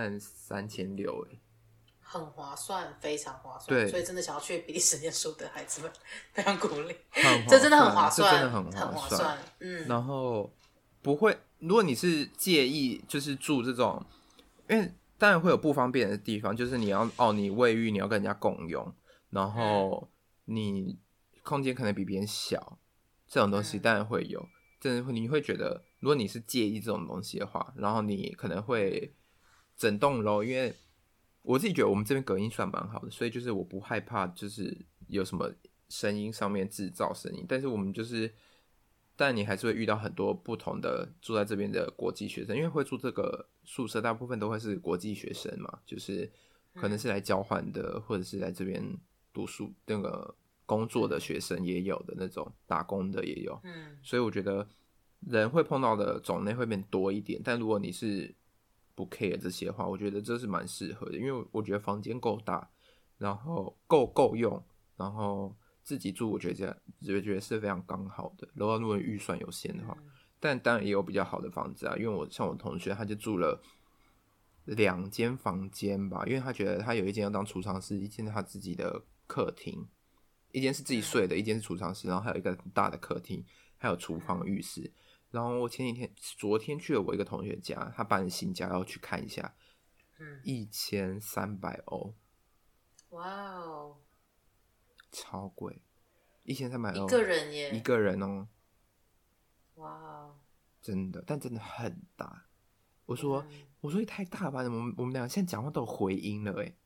13600， 很划算，非常划算。 对， 所以真的想要去比利时念书的孩子们，非常鼓励。 这真的很划算， 这真的很划算。然后不会，如果你是介意就是住这种，因为当然会有不方便的地方，就是你卫浴你要跟人家共用，然后你空间可能比别人小，这种东西当然会有。真的你会觉得，如果你是介意这种东西的话，然后你可能会整栋楼，因为我自己觉得我们这边隔音算蛮好的，所以就是我不害怕就是有什么声音上面制造声音，但是我们就是但你还是会遇到很多不同的住在这边的国际学生，因为会住这个宿舍大部分都会是国际学生嘛，就是可能是来交换的，或者是来这边读书那个工作的学生也有的那种，打工的也有。所以我觉得人会碰到的种类会变多一点，但如果你是不 care 这些的话，我觉得这是蛮适合的，因为我觉得房间够大，然后够用，然后自己住，我觉得是非常刚好的。然后如果预算有限的话，但当然也有比较好的房子啊，因为像我同学他就住了2间房间吧，因为他觉得他有一间要当储藏室，一间是他自己的客厅，一间是自己睡的，一间是储藏室，然后还有一个很大的客厅，还有厨房、浴室。然后我昨天去了我一个同学家，他搬新家要去看一下，1300欧， 哇哦， 超贵，1300欧一个人耶， 一个人哦， 哇哦， 真的，但真的很大。我说也太大了吧，我们俩现在讲话都有回音了哎。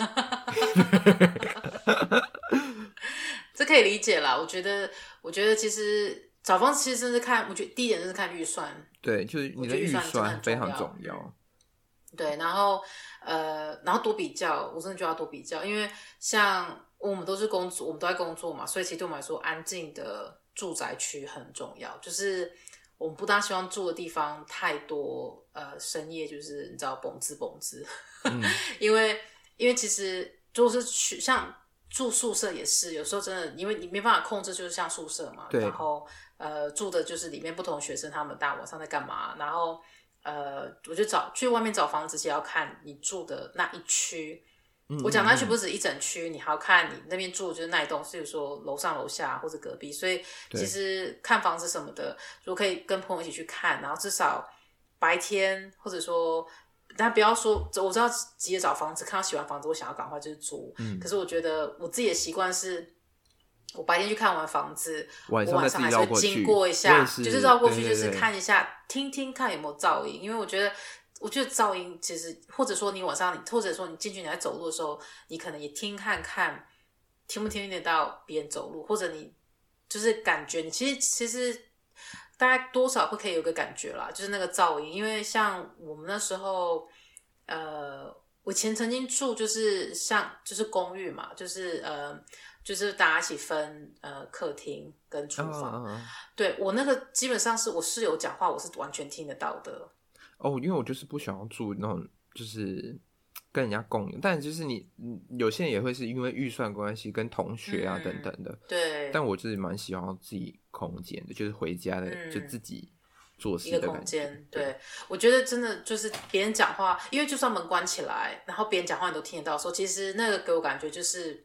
这可以理解啦。我觉得其实找房子其实真是看，我觉得第一点就是看预算。 对，就是你的预算非常重要。 对，然后多比较，我真的就要多比较，因为像我们都是工作，我们都在工作嘛，所以其实对我们来说，安静的住宅区很重要。就是我们不大希望住的地方太多深夜就是你知道蹦滋，因为其实就是像住宿舍也是，有时候真的因为你没办法控制，就是像宿舍嘛，然后住的就是里面不同学生他们大晚上在干嘛，然后我就去外面找房子，其实要看你住的那一区。我讲那区不是指一整区，你还要看你那边住的就是那一栋，比如说楼上楼下或者隔壁，所以其实看房子什么的，如果可以跟朋友一起去看，然后至少白天或者说，但不要说我知道急着找房子，看到喜欢房子我想要赶快就是租，可是我觉得我自己的习惯是，我白天去看完房子，我晚上还是会经过一下，就是绕过去，就是看一下，听听看有没有噪音，因为我觉得噪音其实，或者说你晚上，或者说你进去你在走路的时候，你可能也听看听不听得到别人走路，或者你就是感觉你其实大概多少会可以有个感觉啦，就是那个噪音，因为像我们那时候，我以前曾经住就是公寓嘛，就是大家一起分客厅跟厨房，对，我那个基本上是我室友讲话我是完全听得到的。 因为我就是不想要住那种就是跟人家共用，但就是你有些人也会是因为预算关系跟同学啊等等的， 对， 但我就是蛮喜欢自己空间的，就是回家的就自己做事的感觉，一个空间。 对，我觉得真的就是别人讲话，因为就算门关起来，然后别人讲话你都听得到的时候，其实那个给我感觉就是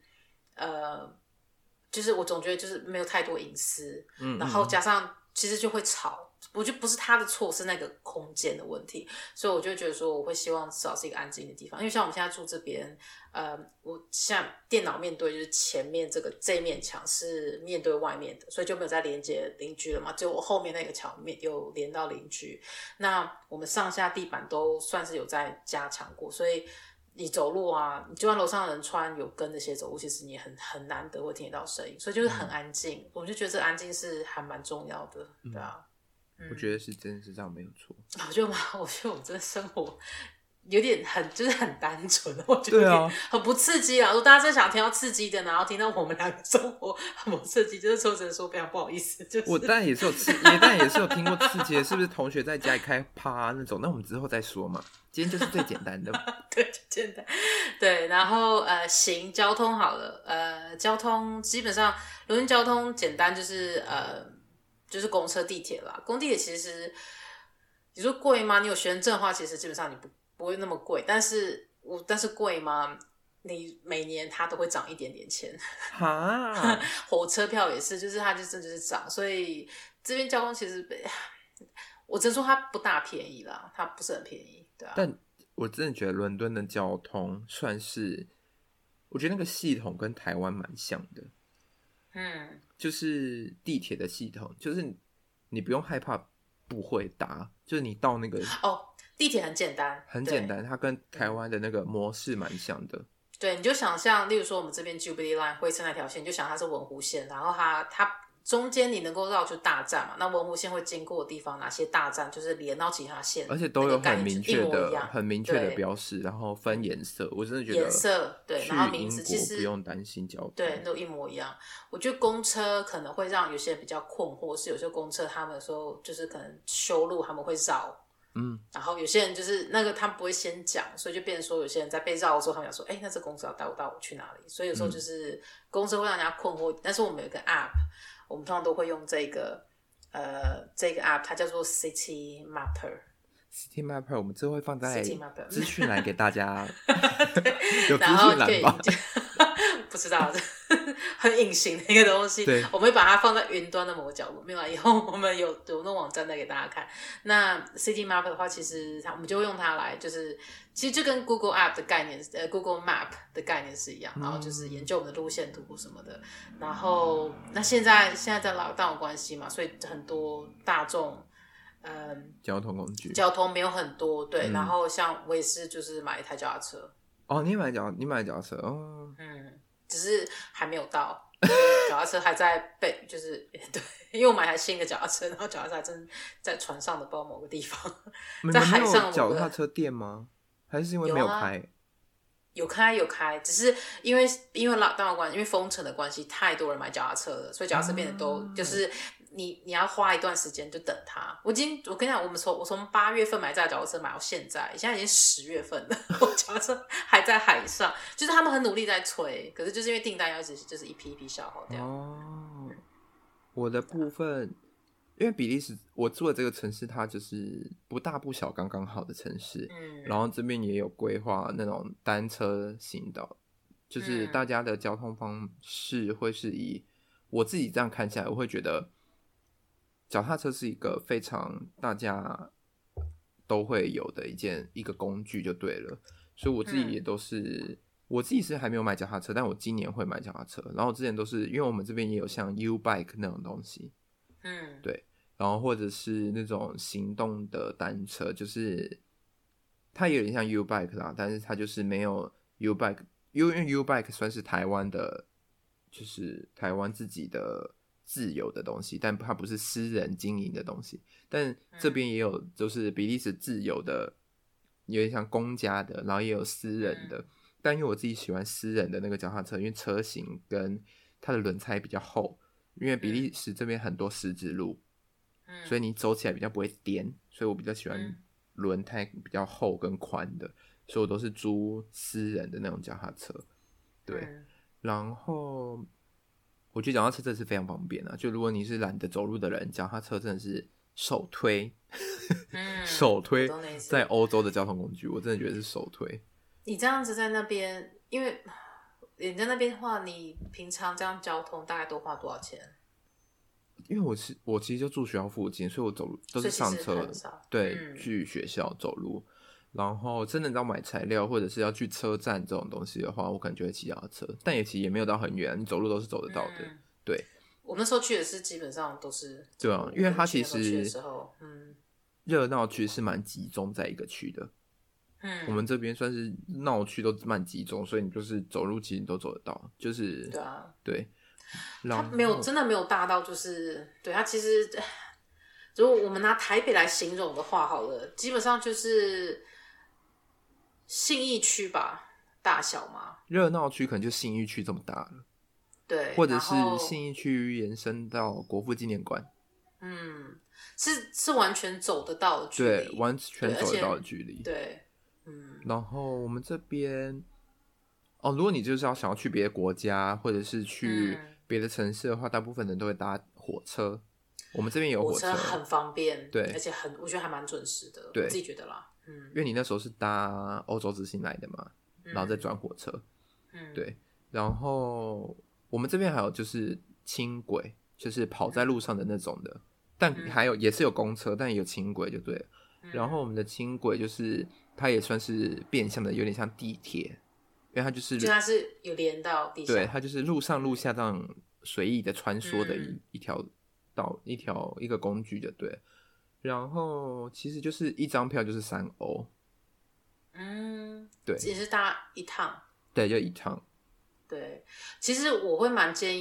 就是我总觉得就是没有太多隐私，然后加上其实就会吵。我觉得不是他的错，是那个空间的问题，所以我就觉得说，我会希望至少是一个安静的地方。因为像我们现在住这边，我像电脑面对就是前面这一面墙是面对外面的，所以就没有再连接邻居了嘛，就我后面那个墙面有连到邻居。那我们上下地板都算是有在加强过，所以你走路啊，你就算楼上的人穿有跟那些走路，其实你也很难得会听得到声音，所以就是很安静。我就觉得这个安静是还蛮重要的，对啊。 我觉得是真的是这样没有错。 我觉得我们真的生活有点就是很单纯，我觉得很不刺激啦。如果大家真想听到刺激的，然后听到我们两个生活很不刺激，就是说真的说非常不好意思。就是我当然也是有听过刺激的，是不是同学在家里开趴那种？那我们之后再说嘛。今天就是最简单的， 对，就简单。对，然后交通好了，交通基本上伦敦交通简单，就是公车、地铁啦。公地铁其实你说贵吗？你有学生证的话，其实基本上你不会那么贵。但是贵吗？你每年它都会涨一点点钱。火车票也是，就是它就是涨。所以这边交通其实我只能说它不大便宜啦，它不是很便宜，对啊。 但我真的觉得伦敦的交通算是，我觉得那个系统跟台湾蛮像的。就是地铁的系统，就是你不用害怕不会搭，就是你到那个地铁很简单， 很简单，它跟台湾的那个模式蛮像的。 对，你就想象，例如说我们这边 Jubilee Line 灰尘那条线，你就想它是文湖线，然后它中间你能够绕就大站嘛，那文湖线会经过的地方哪些大站就是连到其他线， 而且都有很明确的、 对标示，然后分颜色，我真的觉得颜色对，然后名字其实不用担心交通， 对，都一模一样。我觉得公车可能会让有些人比较困惑，是有些公车他们有时候就是可能修路他们会绕。然后有些人就是那个他们不会先讲，所以就变成说有些人在被绕的时候，他们想说，那这公车要带我去哪里？所以有时候就是公车会让人家困惑。但是我们有一个 app， 我们通常都会用这个 app， 它叫做 City Mapper。City Mapper 我们之后会放在资讯栏给大家，有资然后讯栏吧？ 不知道，很隐形的一个东西。 对， 我们会把它放在云端的某个角落。没有啊，以后我们有那网站再给大家看。那 City Map 的话，其实我们就会用它来，就是其实就跟 Google App 的概念，Google Map 的概念是一样。然后就是研究我们的路线图什么的。然后那现在在lockdown的关系嘛，所以很多大众。 交通工具， 交通没有很多，对。然后像我也是，就是买一台脚踏车。 哦，你买脚踏车哦。 只是还没有到，脚踏车还在备，就是对，因为我买台新的脚踏车，然后脚踏车还真在船上的不知道某个地方，在海上有脚踏车店吗？还是因为没有开？ 有开，只是因为lockdown的关系，因为封城的关系，太多人买脚踏车了，所以脚踏车变得都就是你要花一段时间就等它。我跟你讲，我从8月份买这台脚踏车买到现在已经10月份了，我脚踏车还在海上，就是他们很努力在催，可是就是因为订单要一直就是一批一批消耗掉。 我的部分。因为比利时，我住的这个城市，它就是不大不小，刚刚好的城市。然后这边也有规划那种单车行道，就是大家的交通方式会是以我自己这样看起来，我会觉得脚踏车是一个非常大家都会有的一个工具就对了。所以我自己也都是，我自己是还没有买脚踏车，但我今年会买脚踏车。然后我之前都是因为我们这边也有像 U-Bike 那种东西，对。然后或者是那种行动的单车，就是它有点像 U-Bike 啦，但是它就是没有 U-Bike， 因为 U-Bike 算是台湾的，就是台湾自己的自有的东西，但它不是私人经营的东西。但这边也有，就是比利时自有的，有点像公家的，然后也有私人的。但因为我自己喜欢私人的那个脚踏车，因为车型跟它的轮胎比较厚，因为比利时这边很多石子路。所以你走起来比较不会颠，所以我比较喜欢轮胎比较厚跟宽的，所以我都是租私人的那种脚踏车。对，然后我觉得脚踏车真的是非常方便啊！就如果你是懒得走路的人，脚踏车真的是首推，首推在欧洲的交通工具，我真的觉得是首推。 你这样子在那边，因为你在那边的话，你平常这样交通大概都花多少钱？ 因为我其实就住学校附近，所以我走路都是上车，对，去学校走路。然后真的要买材料或者是要去车站这种东西的话，我可能就会骑脚踏车，但其实也没有到很远，你走路都是走得到的。对， 我那时候去的是基本上都是对啊，因为它其实热闹区是蛮集中在一个区的。我们这边算是闹区都蛮集中，所以你就是走路其实你都走得到，就是对啊， 对。 它真的没有大到就是对它其实，如果我们拿台北来形容的话，好了，基本上就是信义区吧，大小嘛。 热闹区可能就信义区这么大了， 对， 或者是信义区延伸到国父纪念馆， 是完全走得到的距离， 对，完全走得到的距离， 对， 然后我们这边，如果你就是想要去别的国家，或者是去别的城市的话，大部分人都会搭火车。我们这边有火车， 很方便， 对， 而且我觉得还蛮准时的， 对， 我自己觉得啦， 因为你那时候是搭欧洲之星来的嘛，然后再转火车，对，然后我们这边还有就是轻轨，就是跑在路上的那种的，但还有也是有公车，但也有轻轨就对了。然后我们的轻轨就是它也算是变相的，有点像地铁。因为它就是有连到地下， 对，它就是路上路下这样随意的穿梭的一条道，一个工具就对。然后其实就是一张票就是3欧，对， 也是搭一趟， 对，就一趟。 对，其实我会蛮建议，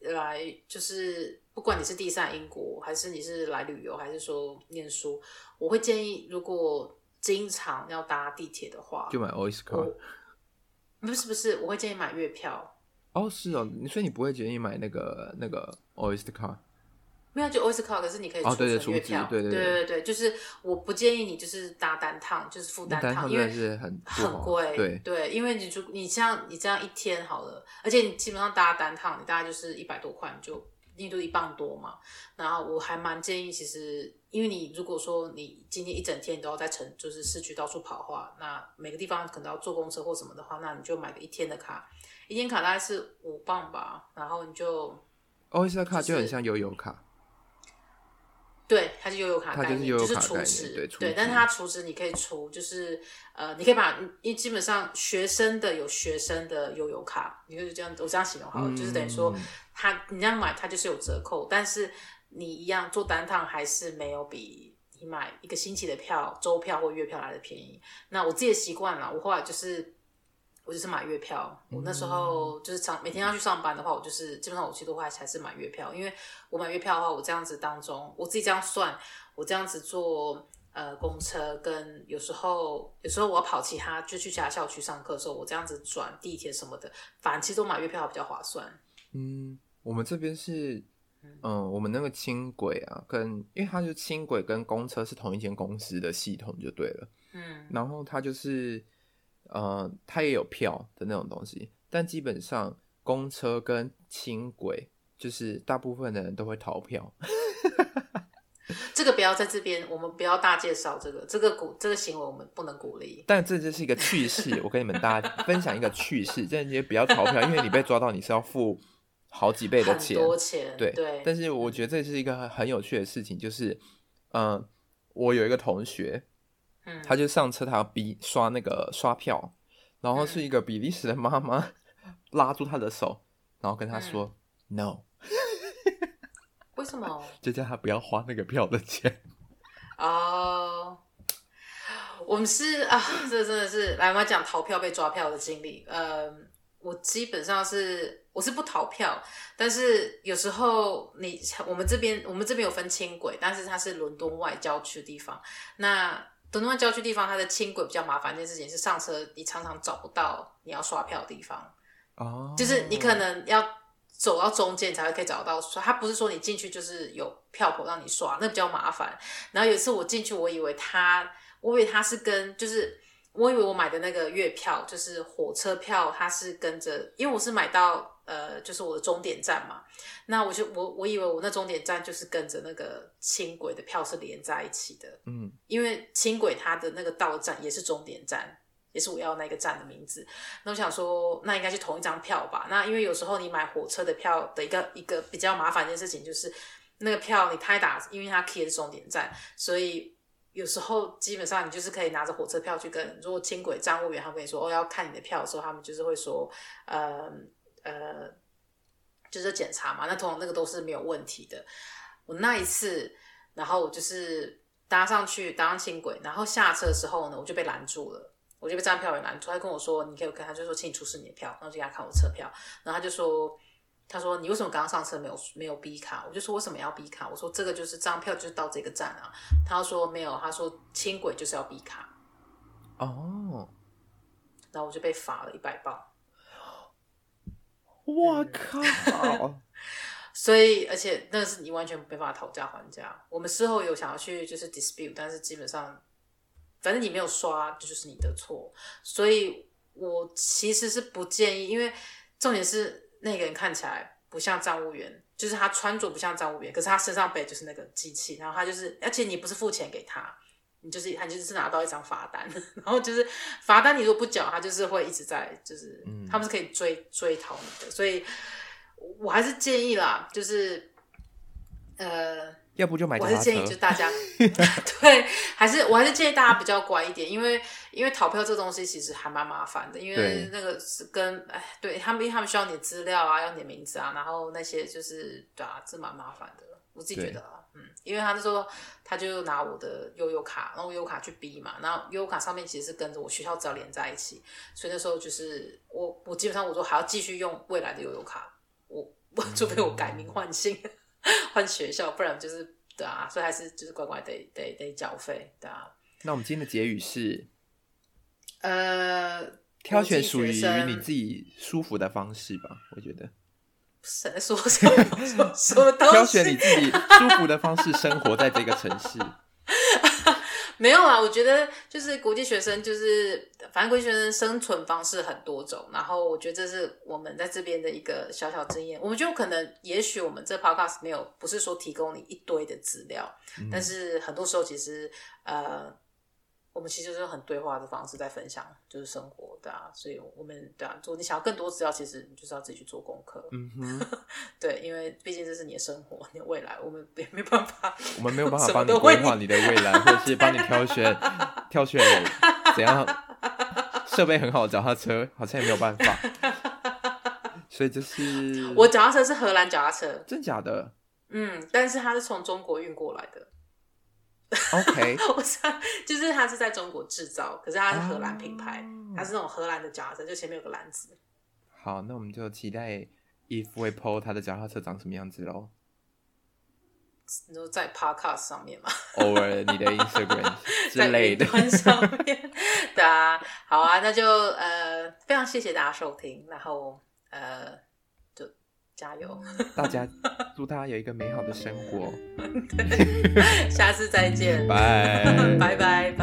来就是不管你是第三英国，还是你是来旅游，还是说念书，我会建议如果经常要搭地铁的话， 就买 Oyster Card。 不是，我会建议买月票。 哦，是哦，所以你不会建议买那个Oyster Card？ 没有，就 Oyster Card， 可是你可以储存月票。对，就是我不建议你就是搭单趟，就是付单趟，因为是很贵。对，因为你像你这样一天好了，而且你基本上搭单趟，你大概就是100多块，你就1磅多嘛。然后我还蛮建议，其实因为你如果说你今天一整天你都要在就是市区到处跑的话，那每个地方可能要坐公车或什么的话，那你就买个1天的卡，一天卡大概是5磅吧，然后你就 Oyster Card 就很像悠游卡。 对，它是悠游卡概念，就是储值，对，但是它储值你可以储，就是你可以把，因为基本上学生的有学生的悠游卡，你就是这样，我这样形容好了，就是等于说你这样买它就是有折扣，但是你一样做单趟还是没有比你买一个星期的票、周票或月票来的便宜。那我自己的习惯啦，我后来我就是买月票，我那时候就是每天要去上班的话，我就是基本上我其实都还是买月票，因为我买月票的话，我这样子当中我自己这样算，我这样子坐公车跟有时候我要跑其他就去其他校区上课的时候，我这样子转地铁什么的，反正其实都买月票比较划算。 我们这边是我们那个轻轨啊，因为它就轻轨跟公车是同一间公司的系统就对了。然后它就是它也有票的那种东西，但基本上公车跟轻轨就是大部分的人都会逃票。 这个不要在这边，我们不要大介绍这个行为，我们不能鼓励。 但这就是一个趣事，我跟你们大家分享一个趣事，这些不要逃票，因为你被抓到你是要付好几倍的钱， 很多钱。 对。但是我觉得这是一个很有趣的事情，就是我有一个同学。他就上车，他要刷票，然后是一个比利时的妈妈拉住他的手，然后跟他说、No。 为什么？ 就叫他不要花那个票的钱。 我们是这真的是来我们讲逃票被抓票的经历。我基本上我是不逃票，但是有时候我们这边有分轻轨，但是它是伦敦外郊区的地方，那伦敦郊区地方，它的轻轨比较麻烦一件事情是上车你常常找不到你要刷票的地方。就是你可能要走到中間才会可以找到刷，它不是说你进去就是有票口让你刷，那比较麻烦。然后有一次我进去，我以为他是我以为我买的那个月票就是火车票，它是跟着，因为我是买到就是我的终点站嘛，那我以为我那终点站就是跟着那个轻轨的票是连在一起的。因为轻轨它的那个到站也是终点站，也是我要那个站的名字。那我想说那应该是同一张票吧。那因为有时候你买火车的票的一个比较麻烦的事情就是那个票你因为它 key 的是终点站，所以有时候基本上你就是可以拿着火车票去跟，如果轻轨站务员他们跟你说要看你的票的时候，他们就是会说就是检查嘛，那通常那个都是没有问题的。我那一次然后我就是搭上轻轨，然后下车的时候呢我就被拦住了，我就被站票员拦住，他跟我说你可以看，他就说请你出示你的票，然后就给他看我车票，然后他说你为什么刚刚上车没有 B 卡？我就说为什么要 B 卡？我说这个就是这张票就是到这个站啊。他说没有，他说轻轨就是要 B 卡。然后我就被罚了100磅。 我靠！ 所以而且那是你完全没办法讨价还价。我们事后有想要去就是 dispute， 但是基本上反正你没有刷这就是你的错。所以我其实是不建议，因为重点是那个人看起来不像站务员，就是他穿着不像站务员，可是他身上背就是那个机器，然后他就是而且你不是付钱给他，他就是拿到一张罚单，然后就是罚单你如果不缴他就是会一直在就是他们是可以追讨你的。所以我还是建议啦，就是要不就买脚踏车。 我还是建议就大家对，我还是建议大家比较乖一点，因为逃票这个东西其实还蛮麻烦的，因为那个是对他们需要你的资料啊，要你的名字啊，然后那些就是对啊，这蛮麻烦的，我自己觉得啊。因为他那时候他就拿我的悠游卡，然后悠游卡去逼嘛，然后悠游卡上面其实是跟着我学校资料连在一起，所以那时候就是我基本上我说还要继续用未来的悠游卡， 除非我改名换姓换学校，不然就是对啊，所以还是就是乖乖得缴费，对啊。 那我们今天的结语是，挑选属于你自己舒服的方式吧，我觉得。 谁在说什么？什么东西？ 挑选你自己舒服的方式生活在这个城市。 没有啊，我觉得就是国际学生，就是反正国际学生生存方式很多种，然后我觉得这是我们在这边的一个小小经验。我们就可能，也许我们这 podcast 没有，不是说提供你一堆的资料，但是很多时候其实我们其实就是很对话的方式在分享，就是生活，对啊，所以我们对啊，如果你想要更多资料，其实你就是要自己去做功课，对，因为毕竟这是你的生活，你的未来，我们也没办法， 我们没有办法帮你规划你的未来，或者是帮你挑选怎样设备很好的脚踏车，好像也没有办法，所以就是我脚踏车是荷兰脚踏车， 真假的？ 但是它是从中国运过来的。 OK， 就是它是在中国制造，可是它是荷兰品牌，它是那种荷兰的脚踏车，就前面有个篮子。 好，那我们就期待 Eve 会 po 他的脚踏车长什么样子咯。 你说在 Podcast 上面吗？ 偶尔你的 Instagram 之类的。 在云端上面，对啊，好啊，那就非常谢谢大家收听，然后就加油， 祝大家有一个美好的生活。 下次再见， 拜拜拜。